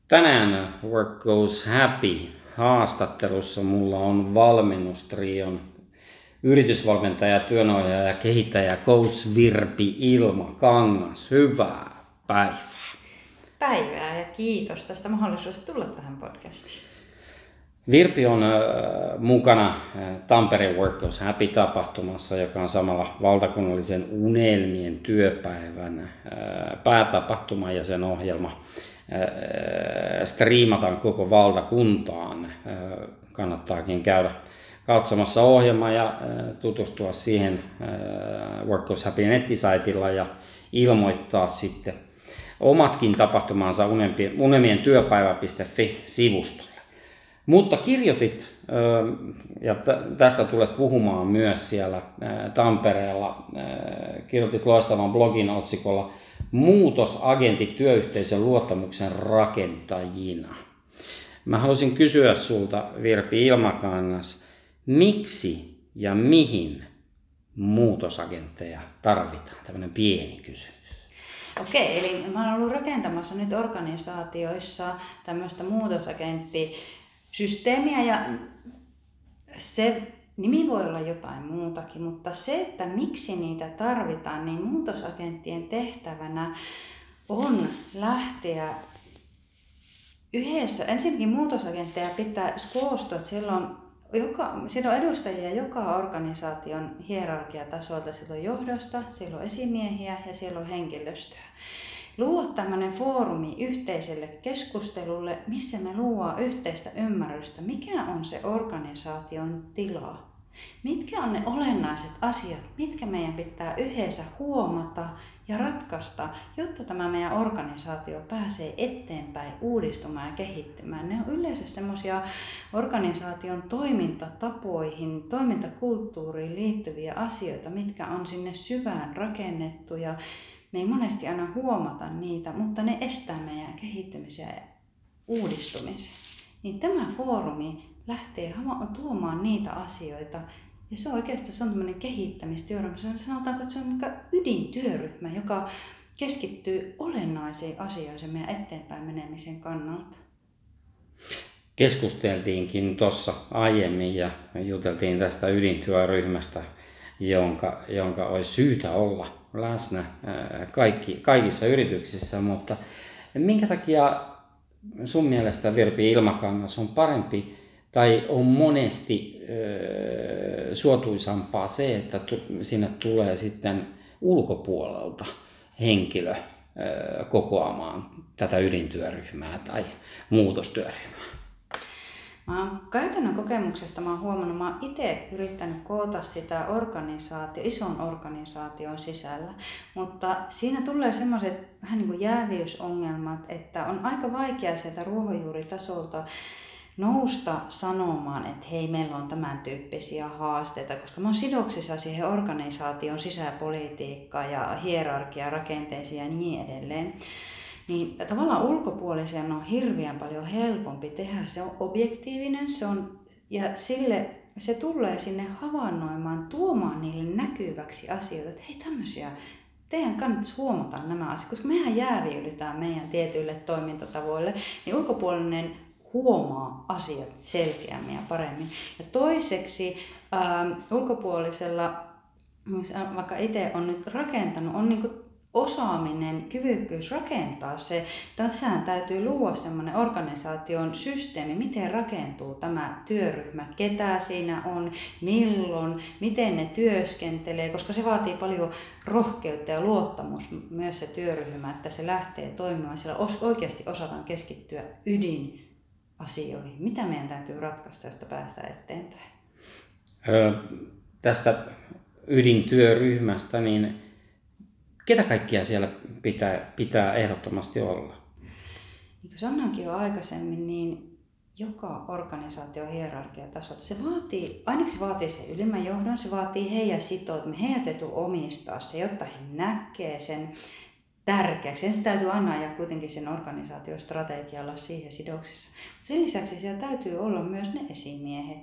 Tänään Work Goes Happy haastattelussa mulla on valmennustrion yritysvalmentaja, työnohjaaja ja kehittäjä coach Virpi Ilmakangas. Hyvää päivää. Päivää ja kiitos tästä mahdollisuudesta tulla tähän podcastiin. Virpi on mukana Tampereen Work Goes Happy-tapahtumassa, joka on samalla valtakunnallisen unelmien työpäivän päätapahtuma ja sen ohjelma striimataan koko valtakuntaan. Kannattaakin käydä katsomassa ohjelmaa ja tutustua siihen Work Goes Happy nettisaitilla ja ilmoittaa sitten omatkin tapahtumansa unelmientyöpäivä.fi-sivustolle. Mutta kirjoitit, ja tästä tulet puhumaan myös siellä Tampereella, kirjoitit loistavan blogin otsikolla Muutosagentit työyhteisön luottamuksen rakentajina. Mä haluaisin kysyä sulta, Virpi Ilmakangas, miksi ja mihin muutosagentteja tarvitaan? Tämmöinen pieni kysymys. Okei, eli mä olen ollut rakentamassa nyt organisaatioissa tämmöistä muutosagenttisysteemiä ja se nimi voi olla jotain muutakin, mutta se, että miksi niitä tarvitaan, niin muutosagenttien tehtävänä on lähteä yhdessä. Ensinnäkin muutosagentteja pitää koostua, että siellä on edustajia joka organisaation hierarkiatasolta. Siellä on johdosta, siellä on esimiehiä ja siellä on henkilöstöä. Luoda tämmöinen foorumi yhteiselle keskustelulle, missä me luodaan yhteistä ymmärrystä, mikä on se organisaation tila. Mitkä on ne olennaiset asiat, mitkä meidän pitää yhdessä huomata ja ratkaista, jotta tämä meidän organisaatio pääsee eteenpäin, uudistumaan ja kehittymään. Ne on yleensä semmoisia organisaation toimintatapoihin, toimintakulttuuriin liittyviä asioita, mitkä on sinne syvään rakennettu ja me ei monesti aina huomata niitä, mutta ne estää meidän kehittymisen ja uudistumisen. Niin tämä foorumi lähtee tuomaan niitä asioita. Ja se on oikeastaan tämmöinen kehittämistyöryhmä. Sanotaanko, että se on ydintyöryhmä, joka keskittyy olennaisiin asioihin meidän eteenpäin menemisen kannalta. Keskusteltiinkin tuossa aiemmin ja juteltiin tästä ydintyöryhmästä, jonka olisi syytä olla läsnä kaikissa yrityksissä, mutta minkä takia sun mielestä, Virpi Ilmakangas, on parempi tai on monesti suotuisampaa se, että sinne tulee sitten ulkopuolelta henkilö kokoamaan tätä ydintyöryhmää tai muutostyöryhmää? Käytännön kokemuksesta mä oon huomannut, mä oon itse yrittänyt koota sitä ison organisaation sisällä, mutta siinä tulee semmoiset vähän niin kuin jääviysongelmat, että on aika vaikea sieltä ruohonjuuritasolta nousta sanomaan, että hei, meillä on tämän tyyppisiä haasteita, koska mä oon sidoksissa siihen organisaation sisäpolitiikkaan ja hierarkia, rakenteisiin ja niin edelleen. Niin tavallaan ulkopuolisen on hirveän paljon helpompi tehdä. Se on objektiivinen, se tulee sinne havainnoimaan, tuomaan niille näkyväksi asioita, että hei, tämmöisiä, teidän kannattaisi huomata nämä asiat, koska mehän jääviydytään meidän tietyille toimintatavoille, niin ulkopuolinen huomaa asiat selkeämmin ja paremmin. Ja toiseksi ulkopuolisella, vaikka itse on nyt rakentanut, on niin kuin osaaminen, kyvykkyys rakentaa se. Tässähän täytyy luoda semmoinen organisaation systeemi, miten rakentuu tämä työryhmä, ketä siinä on, milloin, miten ne työskentelee, koska se vaatii paljon rohkeutta ja luottamus myös se työryhmä, että se lähtee toimimaan. Siellä oikeasti osataan keskittyä ydinasioihin. Mitä meidän täytyy ratkaista, josta päästään eteenpäin? Tästä ydintyöryhmästä, niin ketä kaikkia siellä pitää ehdottomasti olla? Niin kuin sanoinkin jo aikaisemmin, niin joka organisaation hierarkiatasolta se vaatii sen ylimmän johdon, se vaatii heidän sitoutumista, heidän täytyy omistaa se, jotta he näkee sen tärkeäksi. Ensin täytyy aina ajaa kuitenkin sen organisaation strategialla siihen sidoksissa. Sen lisäksi siellä täytyy olla myös ne esimiehet,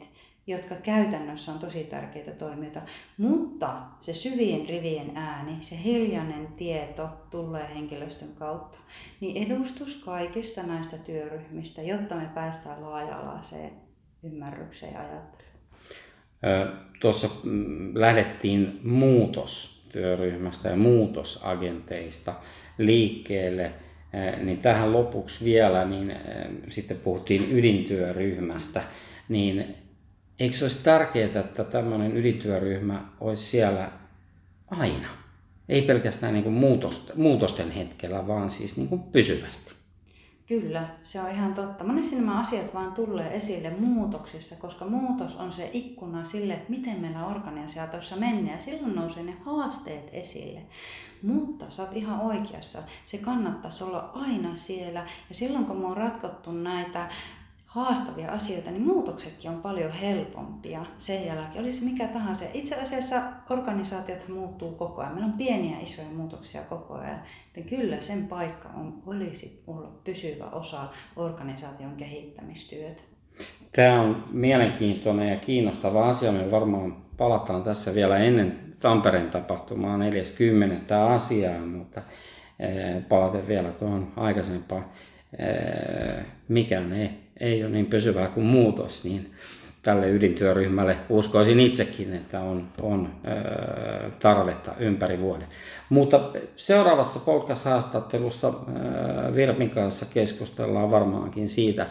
jotka käytännössä on tosi tärkeitä toimijoita, mutta se syvien rivien ääni, se hiljainen tieto tulee henkilöstön kautta, niin edustus kaikista näistä työryhmistä, jotta me päästään laaja-alaiseen ymmärrykseen ja ajatteluun. Tuossa lähdettiin muutostyöryhmästä ja muutosagenteista liikkeelle, niin tähän lopuksi vielä, niin sitten puhuttiin ydintyöryhmästä, niin eikö se olisi tärkeää, että tämmöinen ydintyöryhmä olisi siellä aina? Ei pelkästään niin kuin muutosten hetkellä, vaan siis niin kuin pysyvästi. Kyllä, se on ihan totta. Monesti nämä asiat vaan tulee esille muutoksissa, koska muutos on se ikkuna sille, että miten meillä organisaatiossa mennään. Ja silloin nousee ne haasteet esille. Mutta sä oot ihan oikeassa. Se kannattaisi olla aina siellä. Ja silloin kun me on ratkottu näitä haastavia asioita, niin muutoksetkin on paljon helpompia sen jälkeen. Olisi mikä tahansa. Itse asiassa organisaatiot muuttuu koko ajan. Meillä on pieniä isoja muutoksia koko ajan. Joten kyllä sen paikka olisi olla pysyvä osa organisaation kehittämistyötä. Tämä on mielenkiintoinen ja kiinnostava asia. Me varmaan palataan tässä vielä ennen Tampereen tapahtumaa 4.10. asiaan, mutta palaten vielä tuohon aikaisempaan. Mikään ei ole niin pysyvää kuin muutos, niin tälle ydintyöryhmälle uskoisin itsekin, että on tarvetta ympäri vuoden. Mutta seuraavassa podcast-haastattelussa Virpin kanssa keskustellaan varmaankin siitä,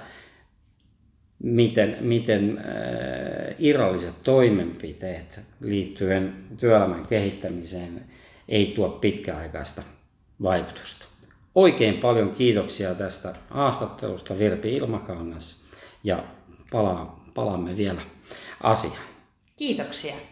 miten irralliset toimenpiteet liittyen työelämän kehittämiseen ei tuo pitkäaikaista vaikutusta. Oikein paljon kiitoksia tästä haastattelusta, Virpi Ilmakangas, ja palaamme vielä asiaan. Kiitoksia.